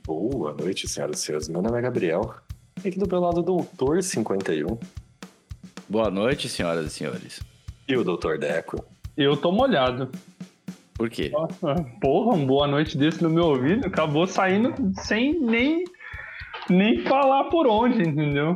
Boa noite, senhoras e senhores. Meu nome é Gabriel. E aqui do meu lado, o Doutor 51. Boa noite, senhoras e senhores. E o Doutor Deco. Eu tô molhado. Por quê? Porra, uma boa noite desse no meu ouvido, acabou saindo sem nem falar por onde, entendeu?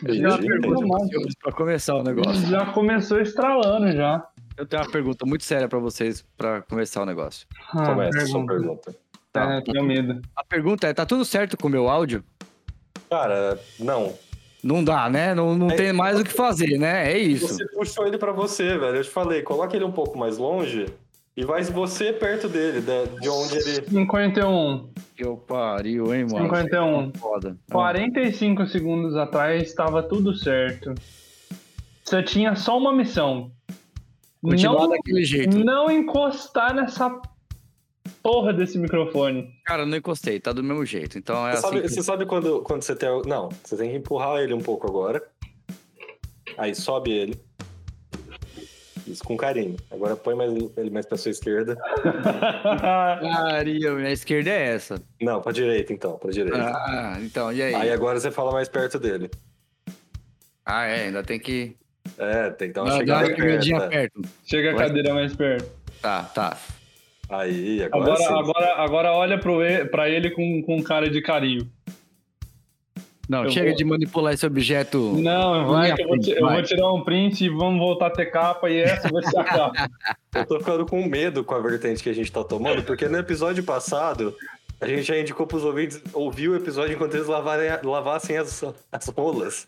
Pra começar o negócio. Já começou estralando já. Eu tenho uma pergunta muito séria pra vocês pra começar o negócio. Começa a sua pergunta. Tá. Tenho medo. A pergunta é, tá tudo certo com o meu áudio? Cara, não. Não dá, né? Não tem mais o que fazer, né? É isso. Você puxou ele pra você, velho. Eu te falei, coloca ele um pouco mais longe e vai você perto dele, de onde ele... 51. Que eu pariu, hein, mano? 51. Foda. 45 segundos atrás estava tudo certo. Você tinha só uma missão. Continuar daquele jeito. Não encostar nessa porra desse microfone. Cara, eu não encostei, tá do mesmo jeito. Então é assim. Você sabe quando você tem... Não, você tem que empurrar ele um pouco agora. Aí sobe ele. Isso com carinho. Agora põe ele mais pra sua esquerda. Maria, minha esquerda é essa. Não, pra direita então, pra direita. Ah, então, e aí? Aí agora você fala mais perto dele. Ah, é, ainda tem que... Tem que dar uma Dá chegada uma chegadinha perto. perto. Chega a cadeira mais perto. Tá. Aí, agora sim. Agora olha pra ele com cara de carinho. Não, chega de manipular esse objeto. Não, vai que eu vou tirar um print e vamos voltar a ter capa e essa vai ser a capa. Eu tô ficando com medo com a vertente que a gente tá tomando, porque no episódio passado, a gente já indicou pros ouvintes ouvir o episódio enquanto eles lavassem as rolas.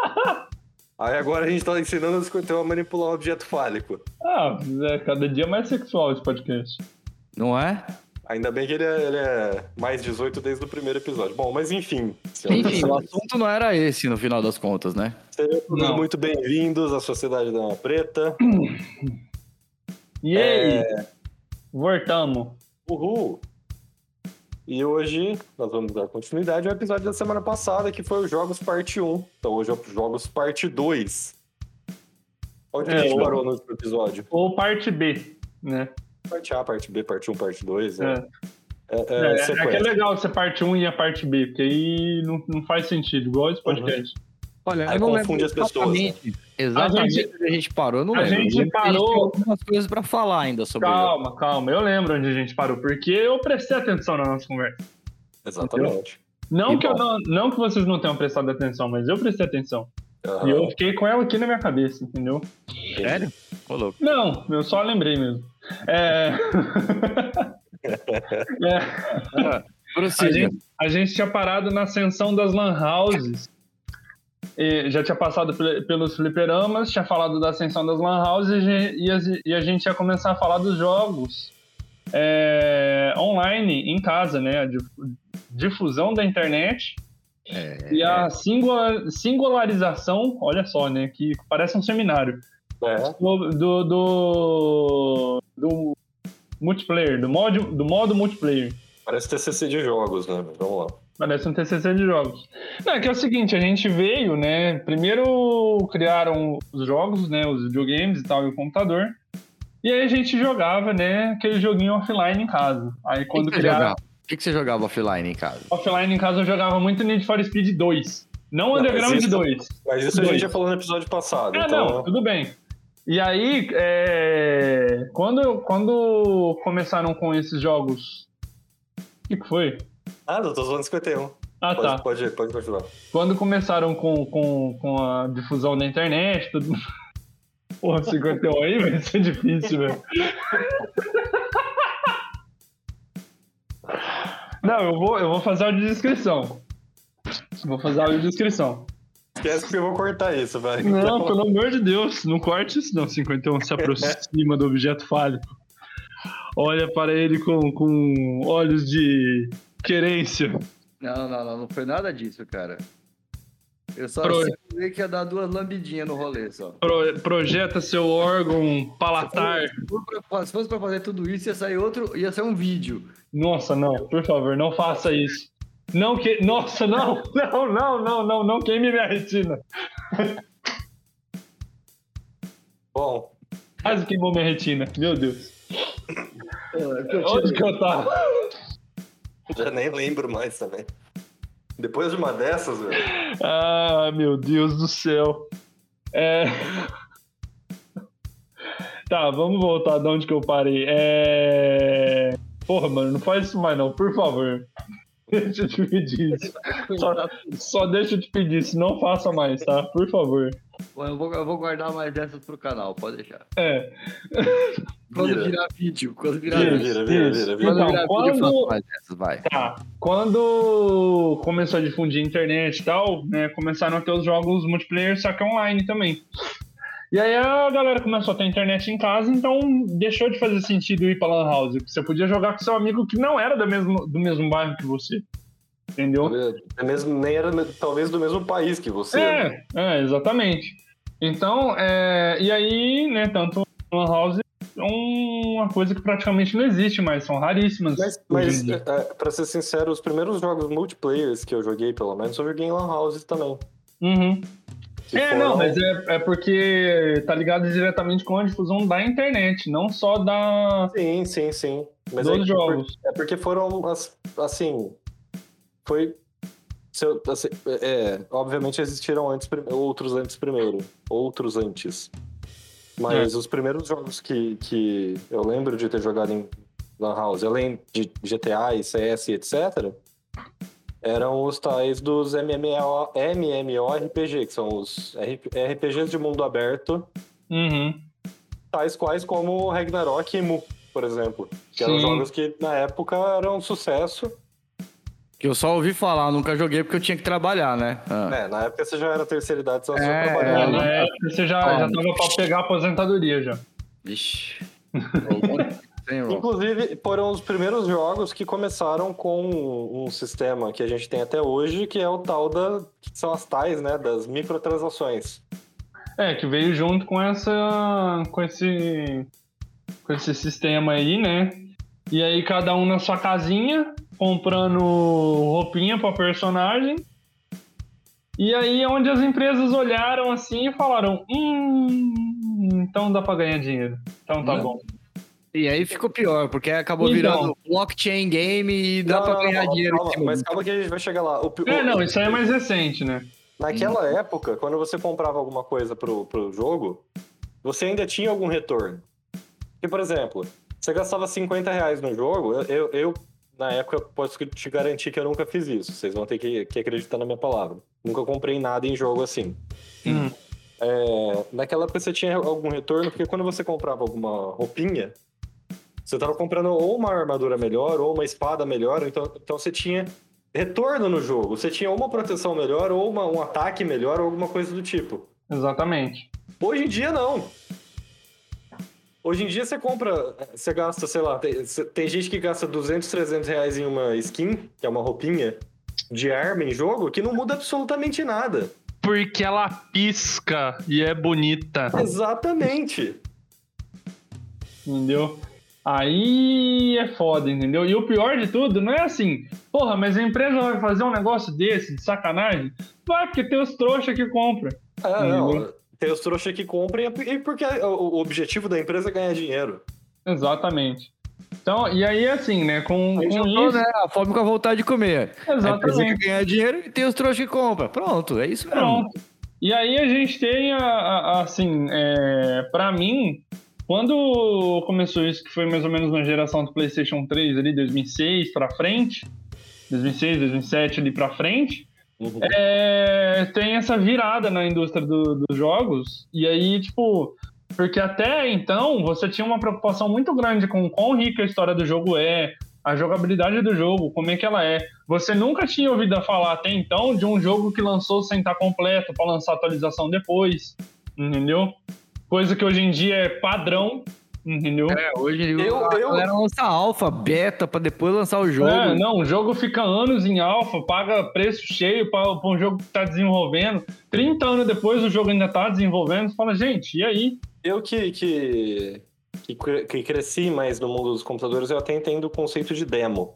Aí agora a gente tá ensinando a manipular um objeto fálico. Cada dia mais sexual esse podcast. Não é? Ainda bem que ele é mais 18 desde o primeiro episódio. Bom, mas enfim. O assunto não era esse, no final das contas, né? Sejam todos muito bem-vindos à Sociedade da Dama Preta. E aí? Voltamos. Uhul! E hoje nós vamos dar continuidade ao episódio da semana passada, que foi o Jogos Parte 1. Então hoje é o Jogos Parte 2. Onde que a gente parou no último episódio? Ou parte B, né? Parte A, parte B, parte 1, parte 2. É que é legal ser parte 1 e a parte B, porque aí não faz sentido, igual esse podcast. Olha, aí eu não confunde as pessoas. Né? Exatamente onde a gente parou, eu não lembro. A gente parou... tem algumas coisas pra falar ainda sobre isso. Calma, eu lembro onde a gente parou, porque eu prestei atenção na nossa conversa. Exatamente. Não que vocês não tenham prestado atenção, mas eu prestei atenção. E eu fiquei com ela aqui na minha cabeça, entendeu? Sério? Ô, louco. Não, eu só lembrei mesmo. A gente tinha parado na ascensão das lan houses. Já tinha passado pelos fliperamas, tinha falado da ascensão das lan houses e a gente ia começar a falar dos jogos online, em casa, né? A difusão da internet e a singularização, olha só, né? Que parece um seminário. Do multiplayer, do modo multiplayer. Parece TCC de jogos, né? Vamos lá. Parece um TCC de jogos. Não, é que é o seguinte, a gente veio, né? Primeiro criaram os jogos, né? Os videogames e tal, e o computador. E aí a gente jogava, né? Aquele joguinho offline em casa. Aí quando criaram... O que você jogava offline em casa? Offline em casa eu jogava muito Need for Speed 2. Não Underground 2. Mas isso a gente já falou no episódio passado. Não, tudo bem. E aí, quando começaram com esses jogos... O que foi? Eu tô falando 51. Tá. Pode continuar. Quando começaram com a difusão da internet, tudo... Porra, 51 aí vai ser difícil, velho. Não, eu vou fazer audiodescrição. Esquece que eu vou cortar isso, velho. Não, então... pelo amor de Deus, não corte isso não. 51 se aproxima do objeto fálico. Olha para ele com olhos de querência. Não foi nada disso, cara. Eu só sei que ia dar 2 lambidinhas no rolê, só. Projeta seu órgão palatar. Se fosse pra fazer tudo isso, ia ser um vídeo. Nossa, não, por favor, não faça isso. Nossa, não queime minha retina. Bom. Quase queimou minha retina, meu Deus. Onde que eu tava? Já nem lembro mais também. Depois de uma dessas, velho. Ah, meu Deus do céu. Tá, vamos voltar de onde que eu parei. Porra, mano, não faz isso mais não, por favor. Deixa eu te pedir isso. Só deixa eu te pedir isso, não faça mais, tá? Por favor. Eu vou guardar mais dessas pro canal, pode deixar. Vira. Virar vídeo. Quando virar Vira. vídeo, Então, eu faço mais dessas, vai. Tá. Quando começou a difundir a internet e tal, né, começaram a ter os jogos multiplayer, só que online também. E aí a galera começou a ter internet em casa, então deixou de fazer sentido ir pra Lan House. Você podia jogar com seu amigo que não era do mesmo bairro que você. Entendeu? Nem era talvez do mesmo país que você. Exatamente. Então, e aí, né, tanto Lan House é uma coisa que praticamente não existe mais, são raríssimas. Mas pra ser sincero, os primeiros jogos multiplayers que eu joguei, pelo menos, eu joguei em Lan House também. Uhum. Mas é porque tá ligado diretamente com a difusão da internet, não só da... Sim. Mas dos jogos. É porque foram, assim... obviamente existiram outros antes. Mas os primeiros jogos que eu lembro de ter jogado em Lan House, além de GTA e CS, etc., eram os tais dos MMORPG, que são os RPGs de mundo aberto, tais quais como Ragnarok e Mu, por exemplo. Que eram jogos que, na época, eram um sucesso. Que eu só ouvi falar, nunca joguei porque eu tinha que trabalhar, né? Na época você já era terceira idade, só trabalhava. Na época você já tava pra pegar a aposentadoria já. Vixe. Inclusive, foram os primeiros jogos que começaram com um sistema que a gente tem até hoje, que é o tal que são as tais, né, das microtransações. Que veio junto com esse sistema aí, né? E aí cada um na sua casinha, comprando roupinha pra personagem. E aí é onde as empresas olharam assim e falaram, então dá pra ganhar dinheiro. Então tá bom. E aí ficou pior, porque acabou virando blockchain game e dá pra ganhar dinheiro. Mas calma que a gente vai chegar lá. Isso aí é mais recente, né? Naquela época, quando você comprava alguma coisa pro jogo, você ainda tinha algum retorno. Porque, por exemplo, você gastava R$50 no jogo, eu na época, posso te garantir que eu nunca fiz isso. Vocês vão ter que acreditar na minha palavra. Nunca comprei nada em jogo assim. Naquela época você tinha algum retorno, porque quando você comprava alguma roupinha, você estava comprando ou uma armadura melhor, ou uma espada melhor, então você tinha retorno no jogo. Você tinha ou uma proteção melhor, ou um ataque melhor, ou alguma coisa do tipo. Exatamente. Hoje em dia, não. Hoje em dia você gasta, sei lá, tem gente que gasta R$200, R$300 em uma skin, que é uma roupinha de arma em jogo, que não muda absolutamente nada. Porque ela pisca e é bonita. Exatamente. Entendeu? Aí é foda, entendeu? E o pior de tudo não é assim, porra, mas a empresa vai fazer um negócio desse, de sacanagem? Vai, porque tem os trouxas que compram. Não. Tem os trouxas que compram e porque o objetivo da empresa é ganhar dinheiro. Exatamente. Então, e aí assim, né, com isso... né? A fome com a vontade de comer. Exatamente. A empresa quer ganhar dinheiro e tem os trouxas que compram. Pronto, é isso mesmo. Pronto. E aí a gente tem, assim, pra mim... Quando começou isso, que foi mais ou menos na geração do PlayStation 3, ali, 2006 pra frente, 2006, 2007 ali pra frente, tem essa virada na indústria dos jogos, e aí, tipo, porque até então você tinha uma preocupação muito grande com quão rica a história do jogo a jogabilidade do jogo, como é que ela é. Você nunca tinha ouvido falar até então de um jogo que lançou sem estar completo, pra lançar atualização depois, entendeu? Coisa que hoje em dia é padrão, entendeu? Hoje a galera lança alfa, beta, pra depois lançar o jogo. O jogo fica anos em alfa, paga preço cheio pra um jogo que tá desenvolvendo. 30 anos depois o jogo ainda tá desenvolvendo. Você fala, gente, e aí? Eu que cresci mais no mundo dos computadores, eu até entendo o conceito de demo.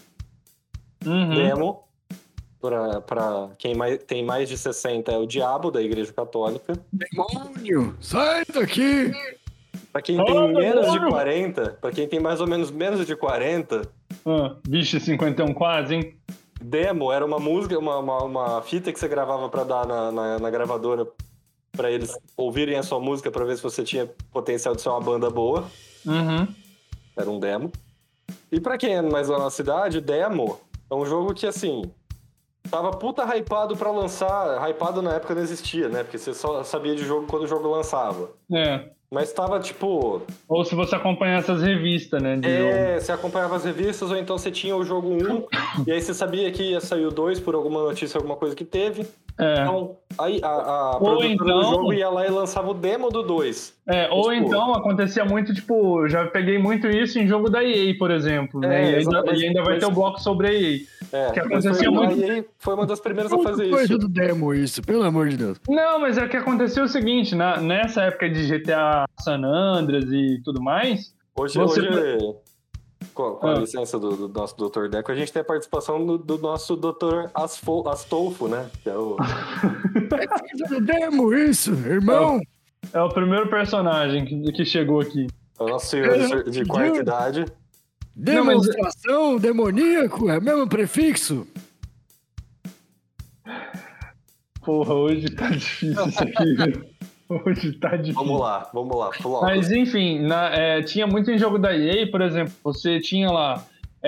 Demo, pra quem tem mais de 60, é o diabo da Igreja Católica. Demônio, sai daqui! Pra quem tem menos de 40, pra quem tem mais ou menos de 40, Vixe, 51 quase, hein? Demo era uma música, uma fita que você gravava pra dar na gravadora pra eles ouvirem a sua música pra ver se você tinha potencial de ser uma banda boa. Uhum. Era um demo. E pra quem é mais lá na cidade, demo é um jogo que, assim, tava puta hypado pra lançar. Hypado na época não existia, né? Porque você só sabia de jogo quando o jogo lançava. Mas tava, tipo... Ou se você acompanhasse as revistas, né? Você acompanhava as revistas, ou então você tinha o jogo 1, e aí você sabia que ia sair o 2 por alguma notícia, alguma coisa que teve. Então, aí a produtora do jogo ia lá e lançava o demo do 2. Ou então acontecia muito, tipo, já peguei muito isso em jogo da EA, por exemplo, né? E ainda vai ter o bloco sobre a EA. Que acontecia muito... A EA foi uma das primeiras a fazer isso. Coisa do demo isso, pelo amor de Deus. Não, mas é que aconteceu o seguinte, nessa época de GTA San Andreas e tudo mais... Hoje com a licença do nosso Dr. Deco, a gente tem a participação do nosso Dr. Astolfo, né? Que é o... É demo isso, irmão! É o primeiro personagem que chegou aqui. É o nosso senhor de quarta idade. Demonstração demoníaco, é o mesmo prefixo? Porra, hoje tá difícil isso aqui, velho. Hoje tá difícil. Vamos lá. Flocos. Mas enfim, tinha muito em jogo da EA, por exemplo, você tinha lá,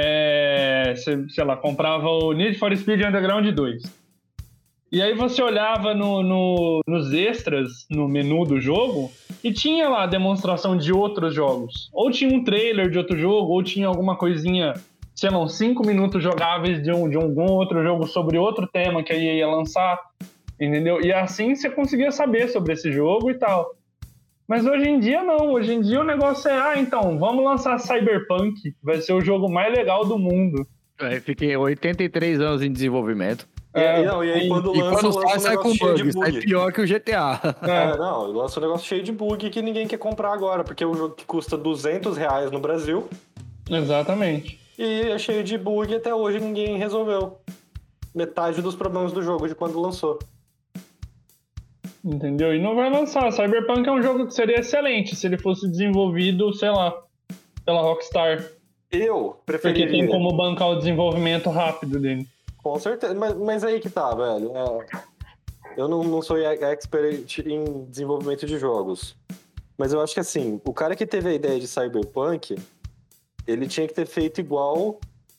sei lá, comprava o Need for Speed Underground 2. E aí você olhava nos extras, no menu do jogo, e tinha lá a demonstração de outros jogos. Ou tinha um trailer de outro jogo, ou tinha alguma coisinha, sei lá, uns 5 minutos jogáveis de algum outro jogo sobre outro tema que a EA ia lançar. Entendeu? E assim você conseguia saber sobre esse jogo e tal. Mas hoje em dia não. Hoje em dia o negócio é, então, vamos lançar Cyberpunk. Vai ser o jogo mais legal do mundo. Fiquei 83 anos em desenvolvimento. E aí quando lança sai com bugs, é pior que o GTA. Lança um negócio cheio de bug que ninguém quer comprar agora. Porque é um jogo que custa R$200 no Brasil. Exatamente. E é cheio de bug e até hoje ninguém resolveu metade dos problemas do jogo de quando lançou. Entendeu? E não vai lançar. Cyberpunk é um jogo que seria excelente se ele fosse desenvolvido, sei lá, pela Rockstar. Eu preferiria. Porque tem como bancar o desenvolvimento rápido dele. Com certeza. Mas aí que tá, velho. Eu não sou expert em desenvolvimento de jogos. Mas eu acho que assim, o cara que teve a ideia de Cyberpunk, ele tinha que ter feito igual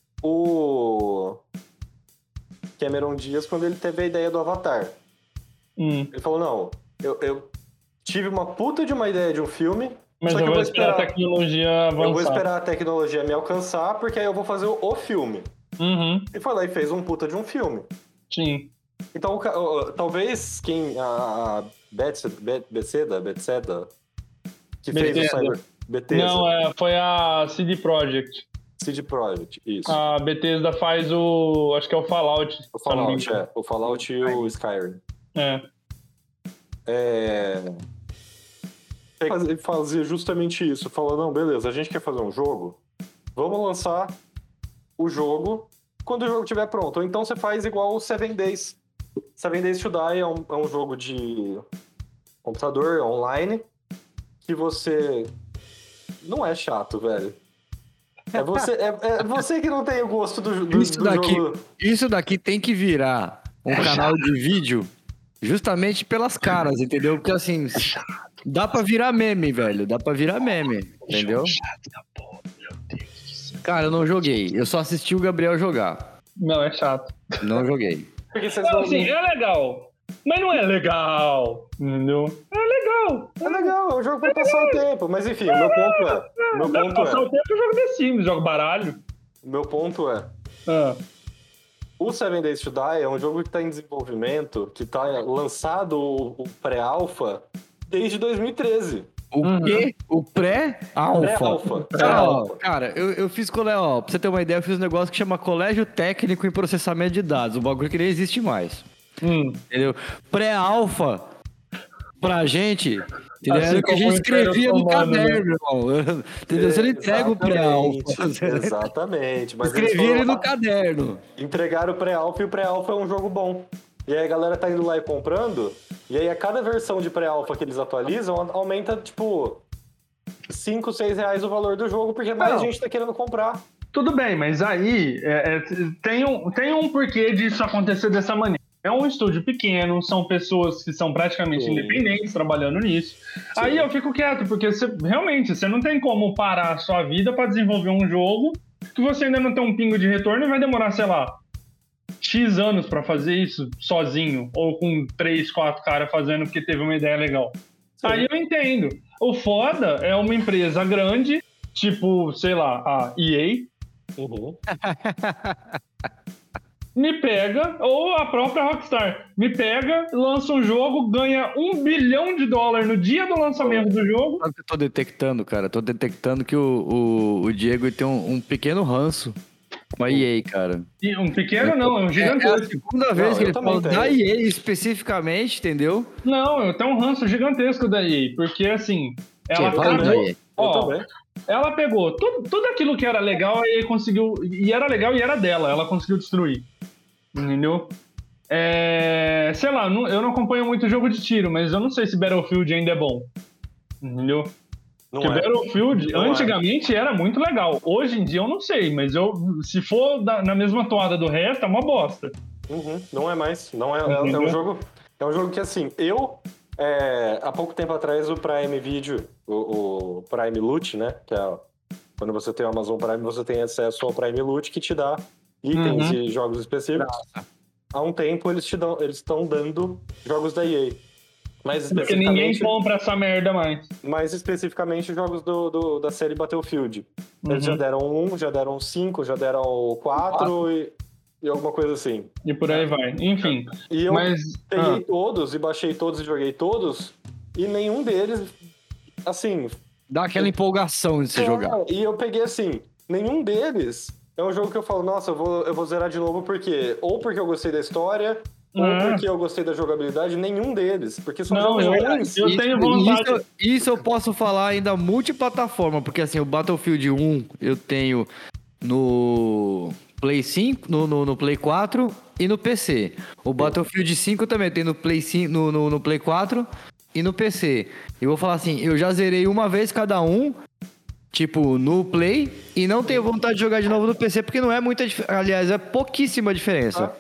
o Cameron Diaz quando ele teve a ideia do Avatar. Ele falou, não, eu tive uma puta de uma ideia de um filme, mas só que eu vou esperar a tecnologia avançar. Eu vou esperar a tecnologia me alcançar, porque aí eu vou fazer o filme. E foi lá e fez um puta de um filme. Sim. Então, talvez a Bethesda, que fez o Cyber... Bethesda. Não, foi a CD Projekt. CD Projekt, isso. A Bethesda faz acho que é o Fallout. O Fallout e o Skyrim. Fazia justamente isso. Falou, não, beleza, a gente quer fazer um jogo, vamos lançar o jogo quando o jogo estiver pronto. Ou então você faz igual o 7 Days. 7 Days to Die é um jogo de computador online que você... Não é chato, velho. É você que não tem o gosto do jogo. Isso daqui tem que virar um canal de vídeo justamente pelas caras, entendeu? Porque assim, dá pra virar meme, velho. Dá pra virar meme, entendeu? Chato da porra, meu Deus do céu. Cara, eu não joguei. Eu só assisti o Gabriel jogar. Não, é chato. Não joguei. Não, assim, é legal. Mas não é legal, entendeu? É legal. É legal, é um jogo pra passar o tempo. Mas enfim, o meu ponto é... Passar o tempo eu jogo The Sims, jogo baralho. O meu ponto é... O 7 Days to Die é um jogo que tá em desenvolvimento, que tá lançado o pré-alpha desde 2013. O quê? O pré-alpha? Pré-alpha. Cara, eu fiz pra você ter uma ideia, eu fiz um negócio que chama Colégio Técnico em Processamento de Dados, um bagulho que nem existe mais. Entendeu? Pré-alpha, pra gente, entendeu? Era o que a gente escrevia no caderno, irmão. Entendeu? Você não entrega o pré-alpha. Exatamente. Mas escrevia ele no caderno. Entregaram o pré-alpha e o pré-alpha é um jogo bom. E aí a galera tá indo lá e comprando, e aí a cada versão de pré-alpha que eles atualizam, aumenta, tipo, 5, 6 reais o valor do jogo, porque mais gente tá querendo comprar. Tudo bem, mas aí tem um porquê disso acontecer dessa maneira. É um estúdio pequeno, são pessoas que são praticamente independentes trabalhando nisso. Sim. Aí eu fico quieto, porque realmente você não tem como parar a sua vida para desenvolver um jogo que você ainda não tem um pingo de retorno e vai demorar, sei lá, X anos para fazer isso sozinho, ou com 3, 4 caras fazendo porque teve uma ideia legal. Sim. Aí eu entendo. O foda é uma empresa grande, tipo, sei lá, a EA, me pega, ou a própria Rockstar, me pega, lança um jogo, ganha $1 bilhão no dia do lançamento do jogo. Sabe o que eu tô detectando, cara? Tô detectando que o Diego tem um pequeno ranço com a EA, cara. E um pequeno não, é um gigantesco. É a segunda vez que ele fala da EA especificamente, entendeu? Não, eu tenho um ranço gigantesco da EA, porque assim, ela ela pegou tudo aquilo que era legal e conseguiu. E era legal e era dela, ela conseguiu destruir. Entendeu? Sei lá, eu não acompanho muito jogo de tiro, mas eu não sei se Battlefield ainda é bom. Entendeu? Porque Battlefield antigamente era muito legal. Hoje em dia eu não sei, mas se for na mesma toada do resto, é uma bosta. Não é mais. Não é um jogo. É um jogo que assim, há pouco tempo atrás o Prime Video, o Prime Loot, né? Que é quando você tem o Amazon Prime, você tem acesso ao Prime Loot que te dá itens e jogos específicos. Há um tempo eles estão dando jogos da EA. Porque ninguém compra essa merda mais. Mais especificamente jogos da série Battlefield. Eles já deram 1, já deram 5, já deram 4 e alguma coisa assim. E por aí vai. Enfim. E eu peguei todos e baixei todos e joguei todos. E nenhum deles, assim... Dá aquela empolgação de você jogar. E eu peguei assim, nenhum deles é um jogo que eu falo, nossa, eu vou zerar de novo porque... Ou porque eu gostei da história... Ou porque eu gostei da jogabilidade, nenhum deles. Porque são jogos ruins. Eu tenho vontade. Isso eu posso falar ainda multiplataforma, porque assim, o Battlefield 1 eu tenho no Play 5, no Play 4 e no PC. O Battlefield 5 também tem no Play 5, no Play 4 e no PC. Eu vou falar assim, eu já zerei uma vez cada um, tipo, no Play, e não tenho vontade de jogar de novo no PC, porque não é muita diferença. Aliás, é pouquíssima diferença.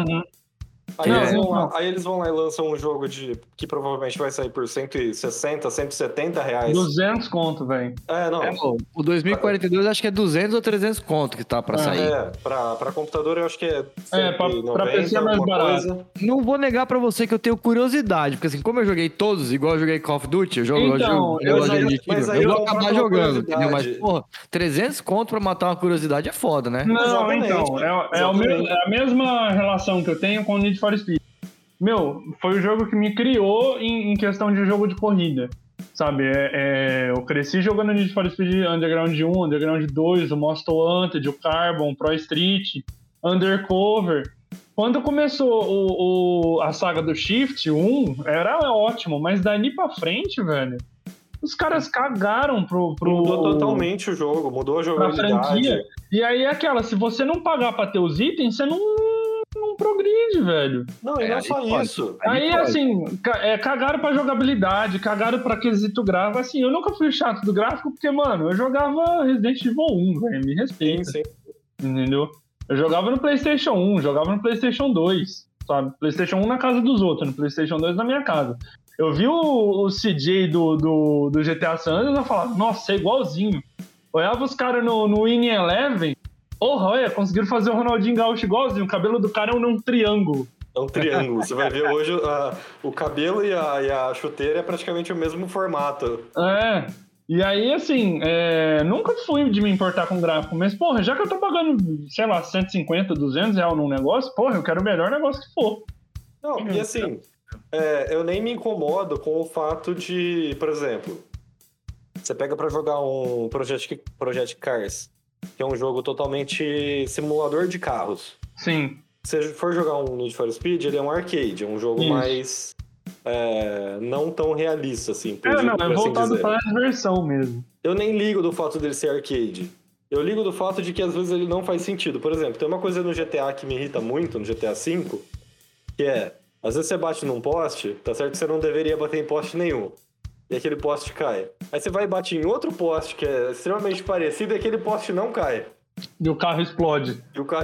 Aí eles vão lá e lançam um jogo que provavelmente vai sair por 160, 170 reais. 200 conto, velho. O 2042 acho que é 200 ou 300 conto que tá pra sair. Pra computador eu acho que é 190, pra PC é mais barato. Não vou negar pra você que eu tenho curiosidade, porque assim, como eu joguei todos, igual eu joguei Call of Duty, eu vou acabar jogando, entendeu? Mas, porra, 300 conto pra matar uma curiosidade é foda, né? Não, então, é a mesma relação que eu tenho com o Need for Speed. Meu, foi o jogo que me criou em questão de jogo de corrida, sabe? Eu cresci jogando Need for Speed Underground 1, Underground 2, o Most Wanted, o Carbon, Pro Street, Undercover. Quando começou a saga do Shift 1, era ótimo, mas dali pra frente, velho, os caras cagaram Mudou totalmente o jogo, mudou a jogabilidade. E aí se você não pagar pra ter os itens, você não progride, velho. Não, e não só isso. Aí assim, cagaram pra jogabilidade, cagaram pra quesito gráfico. Assim, eu nunca fui chato do gráfico, porque, mano, eu jogava Resident Evil 1, velho, me respeita. Sim. Entendeu? Eu jogava no PlayStation 1, jogava no PlayStation 2, sabe? PlayStation 1 na casa dos outros, no PlayStation 2 na minha casa. Eu vi o CJ do GTA San Andreas e eu falava, nossa, é igualzinho. Olhava os caras no Winning Eleven, conseguiram fazer o Ronaldinho Gaúcho igualzinho. O cabelo do cara é um triângulo. É um triângulo. Você vai ver hoje o cabelo e a chuteira é praticamente o mesmo formato. E aí, assim, nunca fui de me importar com gráfico, mas, porra, já que eu tô pagando, sei lá, 150, 200 reais num negócio, porra, eu quero o melhor negócio que for. Não, e assim, eu nem me incomodo com o fato de, por exemplo, você pega pra jogar um Project Cars, que é um jogo totalmente simulador de carros. Sim. Se você for jogar um Need for Speed, ele é um arcade, é um jogo mais... não tão realista, assim. É voltado para a diversão mesmo. Eu nem ligo do fato dele ser arcade. Eu ligo do fato de que às vezes ele não faz sentido. Por exemplo, tem uma coisa no GTA que me irrita muito, no GTA V, que às vezes você bate num poste, tá certo que você não deveria bater em poste nenhum. E aquele poste cai. Aí você vai e bate em outro poste que é extremamente parecido e aquele poste não cai. E o carro explode.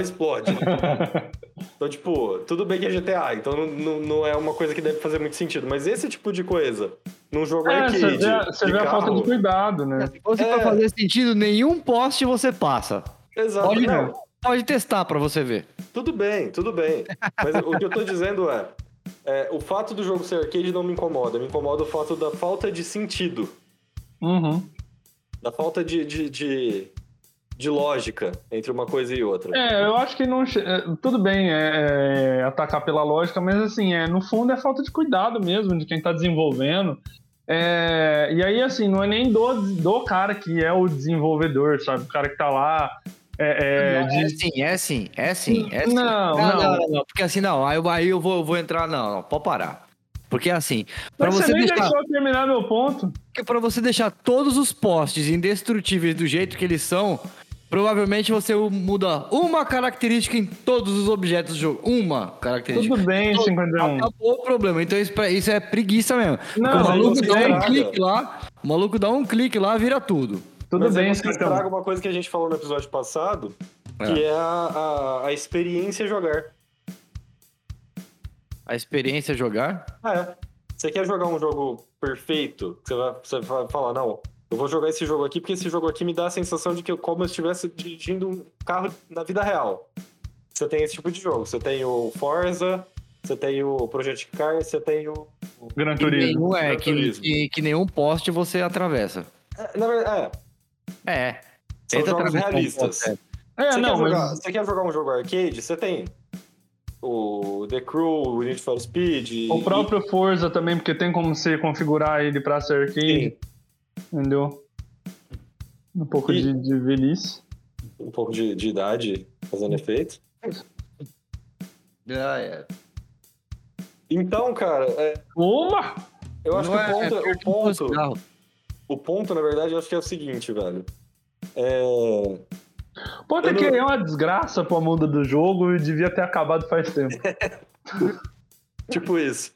Então, tipo, tudo bem que é GTA, então não é uma coisa que deve fazer muito sentido. Mas esse tipo de coisa, num jogo arcade... Você vê a falta de cuidado, né? Se fosse pra fazer sentido, nenhum poste você passa. Exato. Pode testar pra você ver. Tudo bem. Mas o que eu tô dizendo o fato do jogo ser arcade não me incomoda. Me incomoda o fato da falta de sentido. Uhum. Da falta de lógica entre uma coisa e outra. Eu acho que não... Tudo bem atacar pela lógica, mas assim, no fundo é falta de cuidado mesmo de quem tá desenvolvendo. E aí, assim, não é nem do cara que é o desenvolvedor, sabe? O cara que tá lá... É sim. Não. Porque assim, não. Aí eu vou entrar... Não, pode parar. Porque assim... Mas você nem deixou eu terminar meu ponto. Porque pra você deixar todos os postes indestrutíveis do jeito que eles são... Provavelmente você muda uma característica em todos os objetos do jogo. Uma característica. Tudo bem, 51. Acabou o problema. Então isso é preguiça mesmo. Não, o maluco dá um clique lá, o maluco dá um clique lá, vira tudo. Tudo mas bem, você estraga uma coisa que a gente falou no episódio passado, que é a experiência jogar. A experiência jogar? Você quer jogar um jogo perfeito? Você vai falar, não, eu vou jogar esse jogo aqui porque esse jogo aqui me dá a sensação de que como eu estivesse dirigindo um carro na vida real. Você tem esse tipo de jogo. Você tem o Forza, você tem o Project Cars, você tem o Gran Turismo. Que nenhum poste você atravessa. Na verdade, são jogos realistas. Você quer jogar um jogo arcade? Você tem o The Crew, o Need for Speed... O próprio Forza também, porque tem como você configurar ele pra ser arcade. Sim. Entendeu? Um pouco de velhice. Um pouco de idade fazendo efeito. Então, cara... Eu acho que o ponto, na verdade, eu acho que é o seguinte, velho. Ponto é que é uma desgraça pro mundo do jogo e devia ter acabado faz tempo. Tipo isso.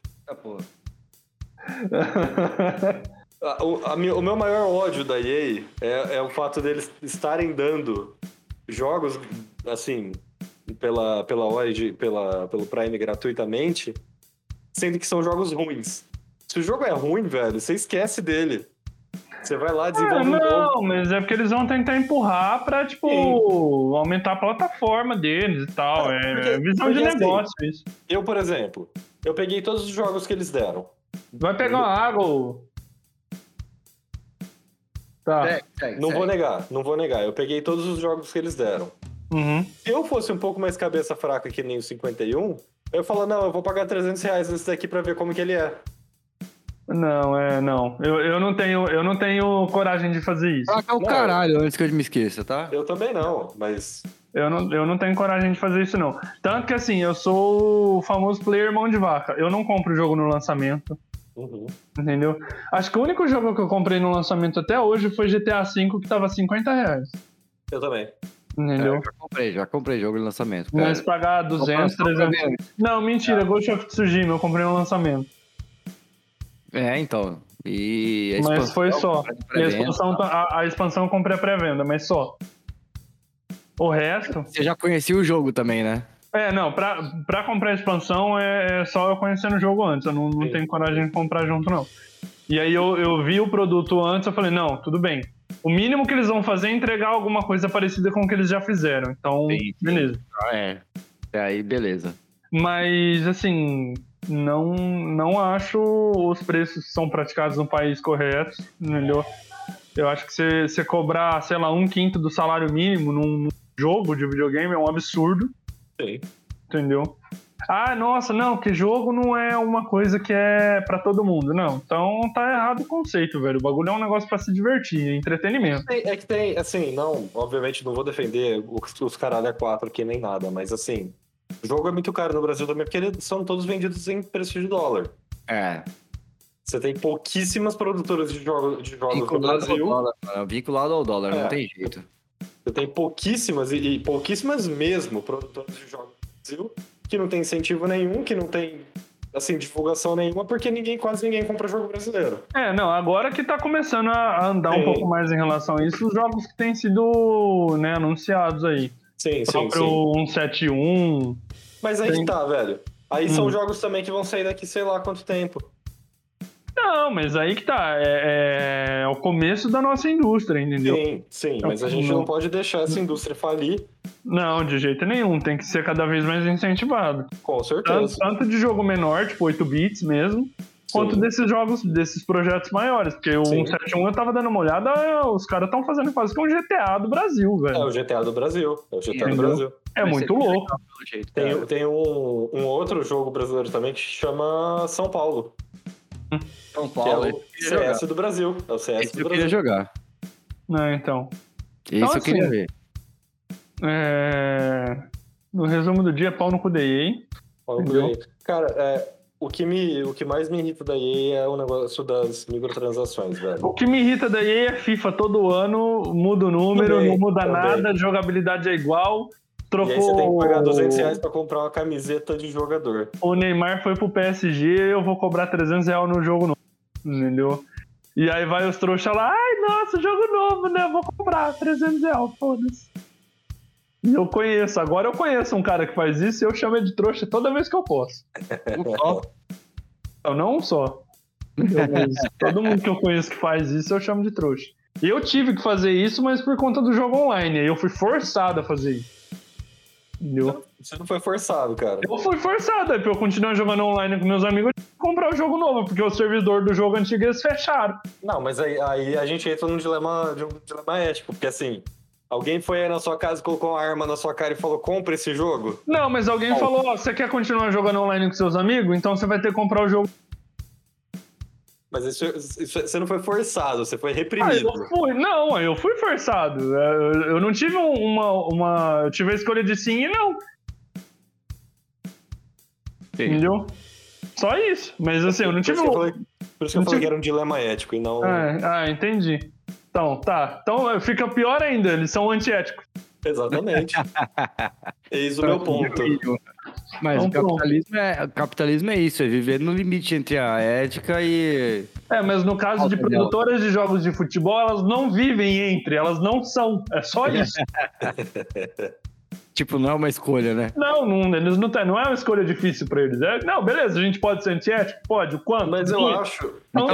O meu maior ódio da EA é o fato deles estarem dando jogos, assim, pela Origin, pelo Prime gratuitamente, sendo que são jogos ruins. Se o jogo é ruim, velho, você esquece dele. Você vai lá, desenvolve um jogo. Não, mas é porque eles vão tentar empurrar pra, aumentar a plataforma deles e tal. Visão de negócio, assim, isso. Eu, por exemplo, eu peguei todos os jogos que eles deram. Vai pegar uma água. Tá. Não vou negar. Eu peguei todos os jogos que eles deram. Uhum. Se eu fosse um pouco mais cabeça fraca que nem o 51, eu ia falar, não, eu vou pagar R$300 nesse daqui pra ver como que ele é. Não. Eu não tenho coragem de fazer isso. Caralho, antes que eu me esqueça, tá? Eu também não, mas... Eu não tenho coragem de fazer isso, não. Tanto que, assim, eu sou o famoso player mão de vaca. Eu não compro o jogo no lançamento. Uhum. Entendeu? Acho que o único jogo que eu comprei no lançamento até hoje foi GTA V, que tava R$50. Eu também. Entendeu? Já comprei jogo no lançamento. Mas pagar 200, 300... Não, mentira, Ghost of Tsushima, eu comprei no lançamento. Então. Mas foi só. E a expansão eu comprei a pré-venda, mas só. O resto... Você já conhecia o jogo também, né? Não, pra comprar a expansão é só eu conhecendo o jogo antes. Eu não tenho coragem de comprar junto, não. E aí eu vi o produto antes, eu falei, não, tudo bem. O mínimo que eles vão fazer é entregar alguma coisa parecida com o que eles já fizeram. Então, beleza. Aí, beleza. Mas, assim... Não acho os preços que são praticados no país corretos, entendeu? Eu acho que você cobrar, sei lá, 1/5 do salário mínimo num jogo de videogame é um absurdo. Sim. Entendeu? Nossa, não, que jogo não é uma coisa que é pra todo mundo. Não, então tá errado o conceito, velho. O bagulho é um negócio pra se divertir, é entretenimento. É que tem, assim, não, obviamente não vou defender os caralho 4 aqui nem nada, mas assim... O jogo é muito caro no Brasil também, porque eles são todos vendidos em preço de dólar. Você tem pouquíssimas produtoras de jogos no Brasil. Vinculado ao dólar, não tem jeito. Você tem pouquíssimas, e pouquíssimas mesmo, produtoras de jogos no Brasil, que não tem incentivo nenhum, que não tem assim, divulgação nenhuma, porque quase ninguém compra jogo brasileiro. Não, agora que tá começando a andar um pouco mais em relação a isso, os jogos que têm sido, né, anunciados aí. Sim. O próprio 171. Mas aí que tá, velho. Aí são jogos também que vão sair daqui sei lá quanto tempo. Não, mas aí que tá. É o começo da nossa indústria, entendeu? Sim, mas a gente não pode deixar essa indústria falir. Não, de jeito nenhum. Tem que ser cada vez mais incentivado. Com certeza. Tanto de jogo menor, tipo 8 bits mesmo, quanto desses jogos, desses projetos maiores. Porque o 171 eu tava dando uma olhada, os caras estão fazendo quase que um GTA do Brasil, velho. É o GTA do Brasil. É muito louco. Tem um outro jogo brasileiro também que chama São Paulo. São Paulo. Que é o CS do Brasil. É o CS Esse do eu Brasil. queria jogar. Então. Esse eu queria ver. No resumo do dia, pau no cu da EA. Cara, o que mais me irrita da EA é o negócio das microtransações, velho. O que me irrita da EA é FIFA todo ano, muda o número, não muda nada, a jogabilidade é igual. Trocou... E aí você tem que pagar R$200 pra comprar uma camiseta de jogador. O Neymar foi pro PSG, eu vou cobrar R$300 no jogo novo, entendeu? E aí vai os trouxas lá, ai, nossa, jogo novo, né? Vou comprar R$300, foda-se. E agora eu conheço um cara que faz isso e eu chamo ele de trouxa toda vez que eu posso. Não um só. Todo mundo que eu conheço que faz isso, eu chamo de trouxa. E eu tive que fazer isso, mas por conta do jogo online. Eu fui forçado a fazer isso. Entendeu? Você não foi forçado, cara. Eu fui forçado, pra eu continuar jogando online com meus amigos, eu tive que comprar o jogo novo, porque o servidor do jogo antigo eles fecharam. Não, mas aí a gente entra num dilema ético, porque assim, alguém foi aí na sua casa, colocou uma arma na sua cara e falou, compra esse jogo? Não, mas alguém falou, você quer continuar jogando online com seus amigos? Então você vai ter que comprar o jogo. Mas isso você não foi forçado, você foi reprimido. Eu fui forçado. Eu não tive eu tive a escolha de sim e não. Sim. Entendeu? Só isso. Mas assim, eu não tive... Por isso que eu falei que era um dilema ético e não... Entendi. Então, tá. Então fica pior ainda, eles são antiéticos. Exatamente. Eis o meu ponto. Mas o capitalismo é isso, é viver no limite entre a ética e... mas no caso de produtoras de jogos de futebol, elas não vivem entre, elas não são. É só isso. Tipo, não é uma escolha, né? Não, eles não têm, não é uma escolha difícil pra eles. Não, beleza, a gente pode ser antiético? Pode, o quanto? Mas eu acho...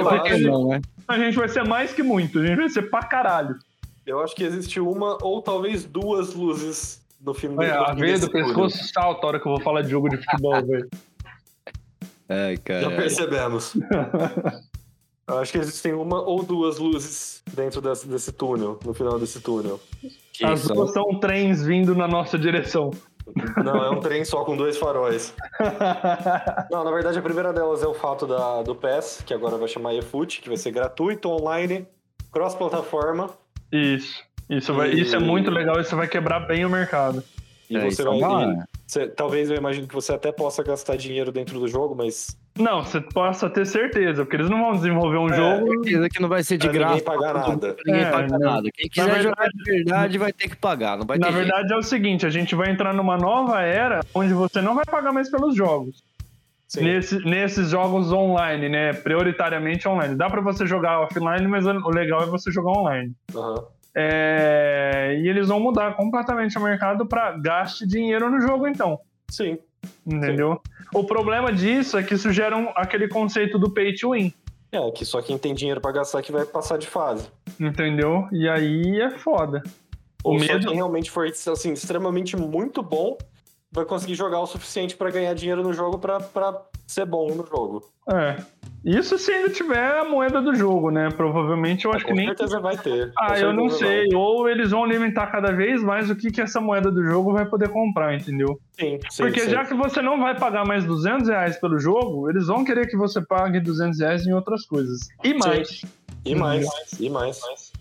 A gente vai ser mais que muito, a gente vai ser pra caralho. Eu acho que existe uma ou talvez duas luzes no filme. A veia do pescoço salta a hora que eu vou falar de jogo de futebol, velho. Cara. Já percebemos. Eu acho que existem uma ou duas luzes dentro desse túnel, no final desse túnel. As duas são trens vindo na nossa direção. Não, é um trem só com 2 faróis. Não, na verdade a primeira delas é o fato do PES, que agora vai chamar eFoot, que vai ser gratuito, online, cross-plataforma. Isso é muito legal, isso vai quebrar bem o mercado. E talvez eu imagino que você até possa gastar dinheiro dentro do jogo, mas... Não, você possa ter certeza, porque eles não vão desenvolver um jogo... Certeza que não vai ser de graça. Ninguém pagar nada. Ninguém paga nada. Quem quiser jogar de verdade vai ter que pagar, não vai ter Na verdade jeito. É o seguinte, a gente vai entrar numa nova era onde você não vai pagar mais pelos jogos. Nesses jogos online, né? Prioritariamente online. Dá pra você jogar offline, mas o legal é você jogar online. Uhum. E eles vão mudar completamente o mercado pra gaste dinheiro no jogo, então. Sim. Entendeu? Sim. O problema disso é que isso gera aquele conceito do pay to win. Que só quem tem dinheiro pra gastar que vai passar de fase. Entendeu? E aí é foda. Ou só quem realmente for assim, extremamente muito bom vai conseguir jogar o suficiente pra ganhar dinheiro no jogo pra ser bom no jogo. Isso se ainda tiver a moeda do jogo, né? Provavelmente eu acho que nem... Com certeza vai ter. Eu não sei. Ou eles vão limitar cada vez mais o que essa moeda do jogo vai poder comprar, entendeu? Sim. Porque já que você não vai pagar mais R$200 pelo jogo, eles vão querer que você pague R$200 em outras coisas. E mais. E mais.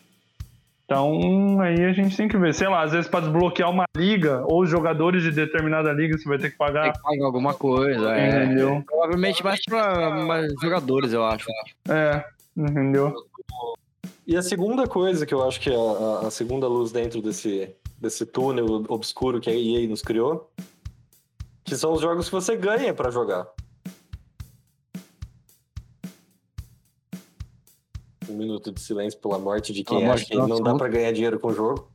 Então, aí a gente tem que ver. Sei lá, às vezes para desbloquear uma liga, ou os jogadores de determinada liga, você vai ter que pagar. Tem que pagar alguma coisa, entendeu? Provavelmente mais para jogadores, eu acho. Entendeu? E a segunda coisa que eu acho que é a segunda luz dentro desse túnel obscuro que a EA nos criou, que são os jogos que você ganha pra jogar. Um minuto de silêncio pela morte de quem acha que não dá pra ganhar dinheiro com o jogo.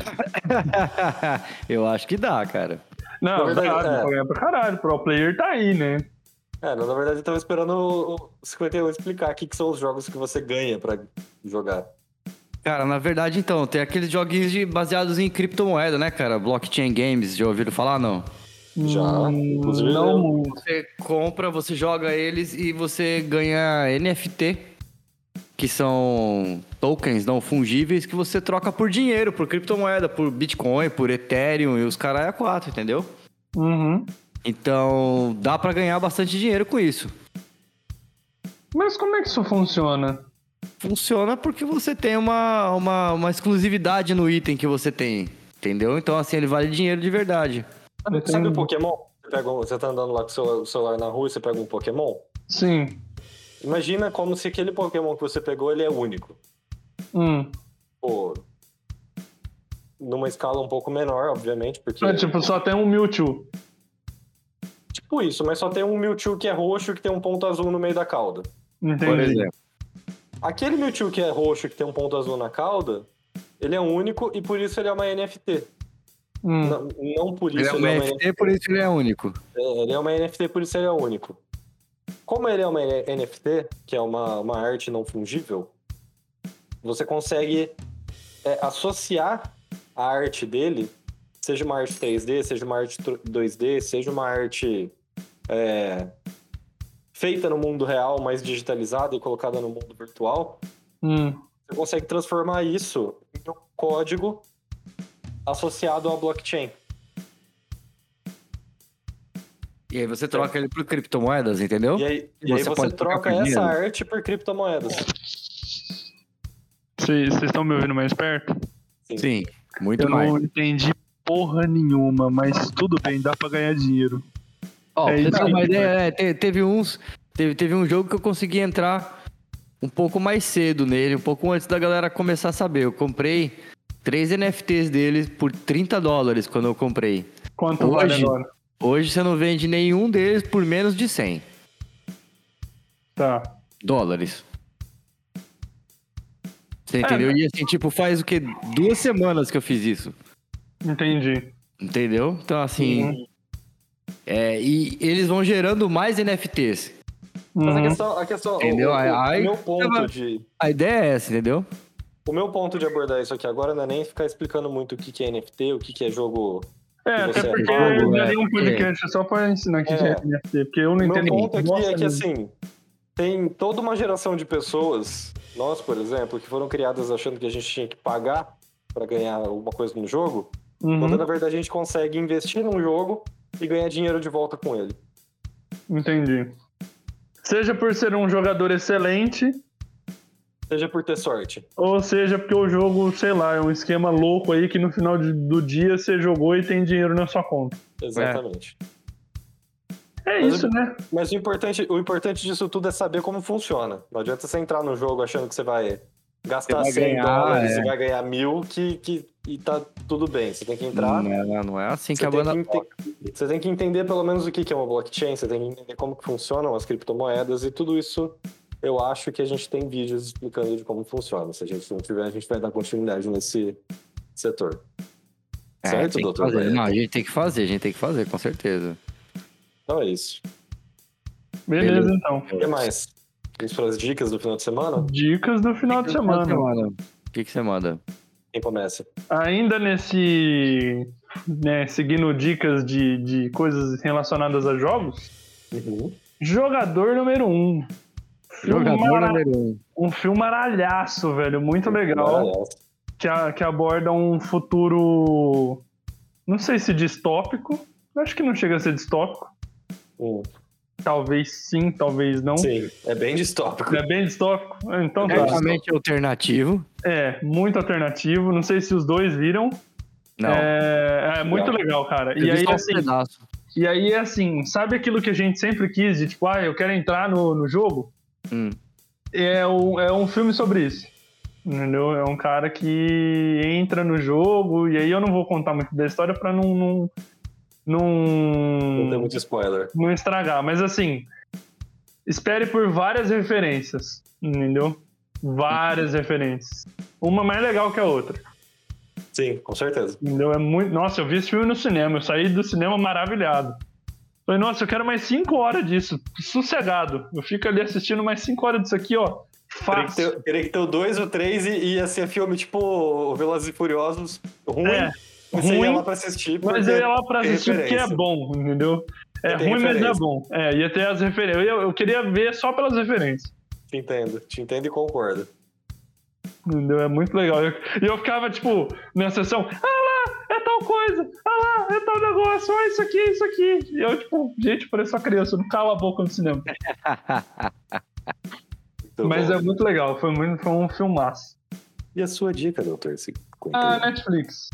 Eu acho que dá, cara. Não, na verdade, dá pra ganhar pra caralho. Pro player tá aí, né? Na verdade eu tava esperando o 51 explicar o que são os jogos que você ganha pra jogar. Cara, na verdade, então, tem aqueles joguinhos baseados em criptomoeda, né, cara? Blockchain Games, já ouviram falar, não? Já, inclusive não. Você compra, você joga eles e você ganha NFT, que são tokens não fungíveis que você troca por dinheiro, por criptomoeda, por Bitcoin, por Ethereum e os caras é 4, entendeu? Uhum. Então, dá pra ganhar bastante dinheiro com isso. Mas como é que isso funciona? Funciona porque você tem uma exclusividade no item que você tem, entendeu? Então, assim, ele vale dinheiro de verdade. Sabe o Pokémon? Você tá andando lá com o celular na rua e você pega um Pokémon? Sim. Imagina como se aquele Pokémon que você pegou, ele é único. Pô, numa escala um pouco menor, obviamente, porque... só tem um Mewtwo. Tipo isso, mas só tem um Mewtwo que é roxo que tem um ponto azul no meio da cauda. Entendi. Por exemplo. Aquele Mewtwo que é roxo que tem um ponto azul na cauda, ele é único e por isso ele é uma NFT. Não por isso ele é uma NFT, por isso ele é único. Ele é uma NFT, por isso ele é único. Como ele é uma NFT, que é uma arte não fungível, você consegue associar a arte dele, seja uma arte 3D, seja uma arte 2D, seja uma arte feita no mundo real, mas digitalizada e colocada no mundo virtual, você consegue transformar isso em um código associado à blockchain. E aí você troca ele por criptomoedas, entendeu? E aí você troca essa arte por criptomoedas. Vocês estão me ouvindo mais perto? Sim, muito mais. Eu não entendi porra nenhuma, mas tudo bem, dá pra ganhar dinheiro. Pra você ter uma ideia, teve um jogo que eu consegui entrar um pouco mais cedo nele, um pouco antes da galera começar a saber. Eu comprei 3 NFTs deles por $30 quando eu comprei. Quanto vale agora? Hoje você não vende nenhum deles por menos de 100. Tá. Dólares. Você entendeu? E assim, tipo, faz o quê? 2 semanas que eu fiz isso. Entendi. Entendeu? Então, assim... e eles vão gerando mais NFTs. Mas a questão entendeu? O meu ponto de... A ideia é essa, entendeu? O meu ponto de abordar isso aqui agora não é nem ficar explicando muito o que é NFT, o que é jogo... até porque eu daria um podcast só pra ensinar o que é NFT, porque eu não entendo. O meu ponto aqui é que, assim, tem toda uma geração de pessoas, nós, por exemplo, que foram criadas achando que a gente tinha que pagar pra ganhar alguma coisa no jogo, quando, na verdade, a gente consegue investir num jogo e ganhar dinheiro de volta com ele. Entendi. Seja por ser um jogador excelente... Seja por ter sorte. Ou seja, porque o jogo, sei lá, é um esquema louco aí que no final do dia você jogou e tem dinheiro na sua conta. Exatamente. Isso, né? Mas o importante disso tudo é saber como funciona. Não adianta você entrar no jogo achando que você vai gastar $100 e vai ganhar 1.000 e tá tudo bem. Você tem que entrar... Não é assim que a banda... Você tem que entender pelo menos o que é uma blockchain, você tem que entender como que funcionam as criptomoedas e tudo isso... Eu acho que a gente tem vídeos explicando de como funciona. Se a gente não tiver, a gente vai dar continuidade nesse setor. Certo, doutor? Não, a gente tem que fazer, com certeza. Então é isso. Beleza, então. O que mais? Vamos para as dicas do final de semana? Dicas do final de semana. O que você manda? Quem começa? Ainda nesse... seguindo dicas de coisas relacionadas a jogos, Jogador número 1. Um filme maralhaço, velho. Muito legal. Que aborda um futuro... Não sei se distópico. Acho que não chega a ser distópico. Talvez sim, talvez não. Sim, é bem distópico. É bem distópico? Então tá. Totalmente alternativo. Muito alternativo. Não sei se os dois viram. Não. É muito legal, cara. E aí, assim, sabe aquilo que a gente sempre quis? De tipo, eu quero entrar no jogo? É um filme sobre isso. Entendeu? É um cara que entra no jogo, e aí eu não vou contar muito da história pra não tem muito spoiler. Não estragar, mas assim, espere por várias referências, entendeu? Várias referências. Uma mais legal que a outra. Sim, com certeza. Entendeu? É muito... Nossa, eu vi esse filme no cinema. Eu saí do cinema maravilhado. Falei, nossa, eu quero mais 5 horas disso. Sossegado. Eu fico ali assistindo mais 5 horas disso aqui, ó. Fácil. Queria que ter o 2 ou 3 e ia ser filme tipo o Velozes e Furiosos ruim. Você ia lá pra assistir. Mas eu ia lá pra assistir porque é bom, entendeu? É ruim, mas é bom. Ia ter as referências. Eu queria ver só pelas referências. Te entendo e concordo. Entendeu? É muito legal. E eu ficava, tipo, na sessão, lá, é tal coisa, lá, é tal negócio, isso aqui. E eu, tipo, gente, pareço uma criança, não cala a boca no cinema. Mas é muito legal, foi um filmaço. E a sua dica, doutor? Netflix.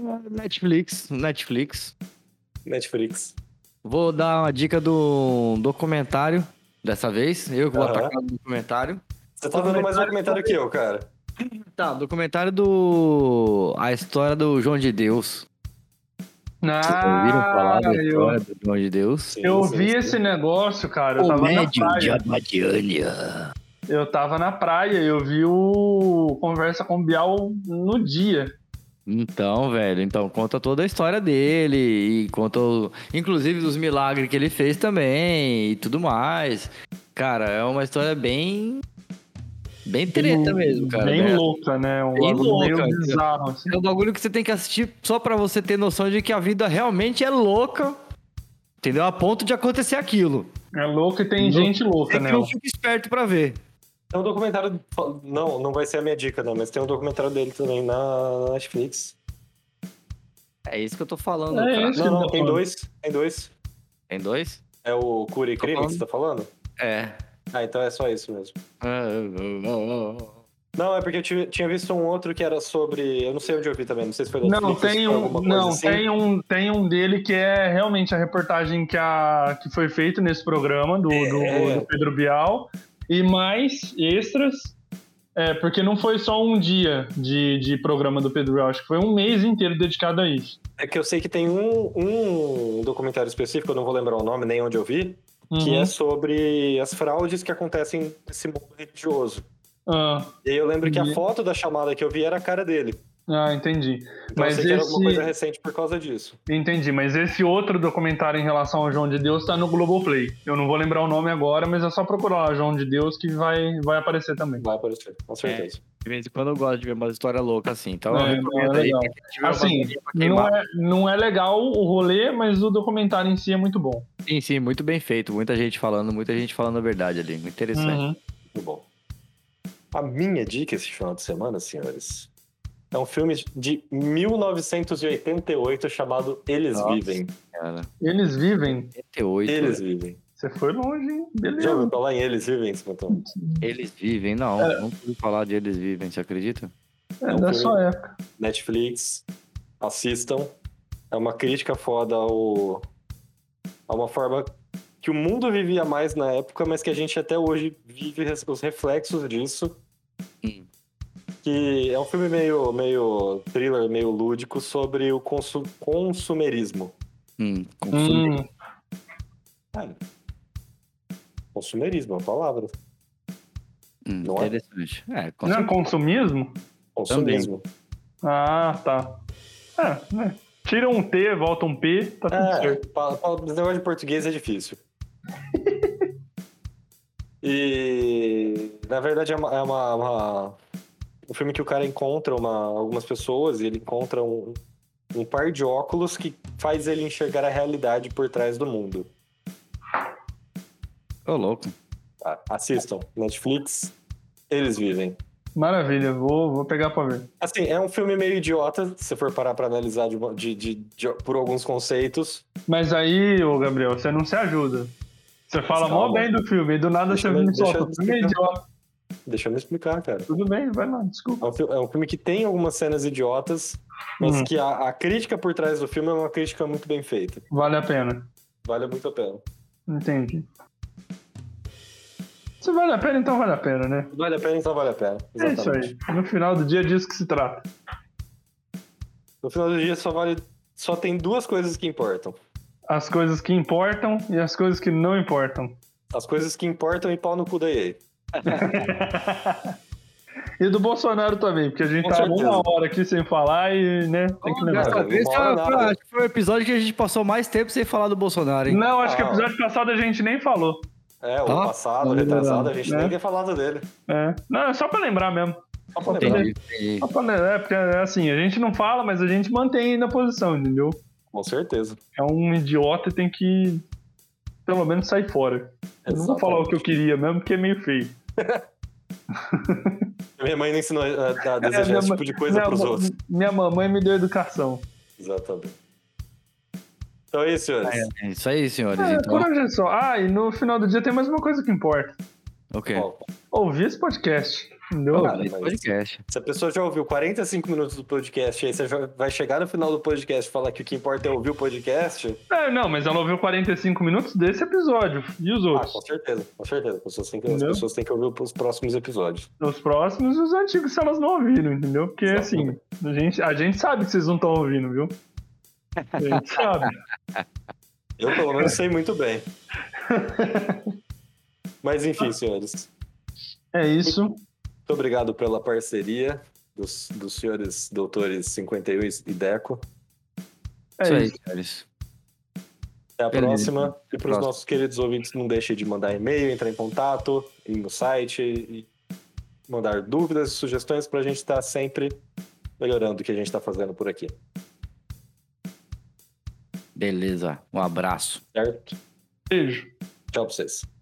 Netflix. Vou dar uma dica do documentário, dessa vez. Eu que vou atacar o documentário. Você tá dando mais documentário que eu, cara. Tá, documentário A história do João de Deus. Vocês ouviram falar da história do João de Deus? Sim, eu vi esse negócio, cara. Eu tava na praia. Eu tava na praia, eu vi o Conversa com o Bial no dia. Então, velho, conta toda a história dele e conta, inclusive, dos milagres que ele fez também e tudo mais. Cara, é uma história bem treta mesmo, cara. Bem louca, né? Bem louca. Meio bizarro, assim. É um bagulho que você tem que assistir só pra você ter noção de que a vida realmente é louca, entendeu? A ponto de acontecer aquilo. É louco e tem gente louca, né? Eu fico esperto pra ver. Tem um documentário... Não vai ser a minha dica, não, mas tem um documentário dele também na Netflix. É isso que eu tô falando. Não, tem dois. Tem dois? É o Cura e Crime que você tá falando? É. Então é só isso mesmo. Não, é porque eu tinha visto um outro que era sobre... Eu não sei onde eu vi também, não sei se foi no Netflix. Tem um dele que é realmente a reportagem que foi feita nesse programa do Pedro Bial. E mais extras, porque não foi só um dia de programa do Pedro Bial, acho que foi um mês inteiro dedicado a isso. É que eu sei que tem um documentário específico, eu não vou lembrar o nome nem onde eu vi, que é sobre as fraudes que acontecem nesse mundo religioso. E aí eu lembro que a foto da chamada que eu vi era a cara dele. Entendi. Então eu sei que era alguma coisa recente por causa disso. Entendi, mas esse outro documentário em relação ao João de Deus tá no Globoplay. Eu não vou lembrar o nome agora, mas é só procurar lá, João de Deus, que vai aparecer também. Vai aparecer, com certeza. De vez em quando eu gosto de ver uma história louca assim. Então eu recomendo aí. Assim, não é legal o rolê, mas o documentário em si é muito bom. Sim, muito bem feito. Muita gente falando a verdade ali. Muito interessante. Muito bom. A minha dica esse final de semana, senhores... É um filme de 1988 chamado Eles Vivem. Cara. Eles Vivem? 88. Eles Vivem. Você foi longe, hein? Beleza. Já ouviu falar em Eles Vivem, Spantão? Eles Vivem? Não ouvi falar de Eles Vivem, você acredita? Da sua época. Netflix, assistam. É uma crítica foda a uma forma que o mundo vivia mais na época, mas que a gente até hoje vive os reflexos disso. Que é um filme meio thriller, meio lúdico sobre o consumerismo. Consumerismo. Consumerismo é uma palavra. Não interessante. Não é consumismo? Consumismo. Tá. Tira um T, volta um P, tá tudo certo. Esse negócio de português é difícil. E, na verdade, é um filme que o cara encontra algumas pessoas e ele encontra um par de óculos que faz ele enxergar a realidade por trás do mundo. Ô, louco. Assistam. Netflix, Eles Vivem. Maravilha, vou pegar pra ver. Assim, é um filme meio idiota, se for parar pra analisar por alguns conceitos. Mas aí, ô Gabriel, você não se ajuda. Você fala mó bem do filme e do nada você me solta. O filme é idiota. Deixa eu me explicar, cara. Tudo bem, vai lá, desculpa. É um filme que tem algumas cenas idiotas, mas que a crítica por trás do filme é uma crítica muito bem feita. Vale a pena. Vale muito a pena. Entendi. Se vale a pena, então vale a pena, né? Vale a pena, então vale a pena. Exatamente. É isso aí. No final do dia é disso que se trata. No final do dia só tem duas coisas que importam. As coisas que importam e as coisas que não importam. As coisas que importam e pau no cu da EA. E do Bolsonaro também, porque a gente Com tá certeza. 1 hora aqui sem falar e, né, tem que lembrar. Acho que foi o episódio que a gente passou mais tempo sem falar do Bolsonaro, hein? Não, acho que o episódio passado a gente nem falou. O passado, retrasado, a gente nem quer falar dele. Não, é só pra lembrar mesmo. Só pra lembrar. Só pra lembrar, porque assim, a gente não fala, mas a gente mantém na posição, entendeu? Com certeza. É um idiota e tem que, pelo menos, sair fora. Eu não vou falar o que eu queria mesmo, porque é meio feio. Minha mãe não ensinou a desejar esse tipo de coisa pros outros. Minha mamãe me deu educação. Exatamente. Então é isso, senhores. É isso aí, senhores. Por hoje é só. E no final do dia tem mais uma coisa que importa. O quê? Ouvir esse podcast. Entendeu? Podcast. Se a pessoa já ouviu 45 minutos do podcast, aí você já vai chegar no final do podcast e falar que o que importa é ouvir o podcast. Não, mas ela ouviu 45 minutos desse episódio. E os outros? Com certeza. As pessoas têm que ouvir os próximos episódios. Os próximos e os antigos, se elas não ouviram, entendeu? Porque, assim, a gente sabe que vocês não estão ouvindo, viu? A gente sabe. Eu, pelo menos, sei muito bem. Mas, enfim, senhores. É isso. Muito obrigado pela parceria dos senhores doutores 51 e Deco. Isso aí, senhores. Até a próxima. E para os nossos queridos ouvintes, não deixem de mandar e-mail, entrar em contato, ir no site e mandar dúvidas e sugestões para a gente estar sempre melhorando o que a gente está fazendo por aqui. Beleza. Um abraço. Certo? Beijo. Tchau para vocês.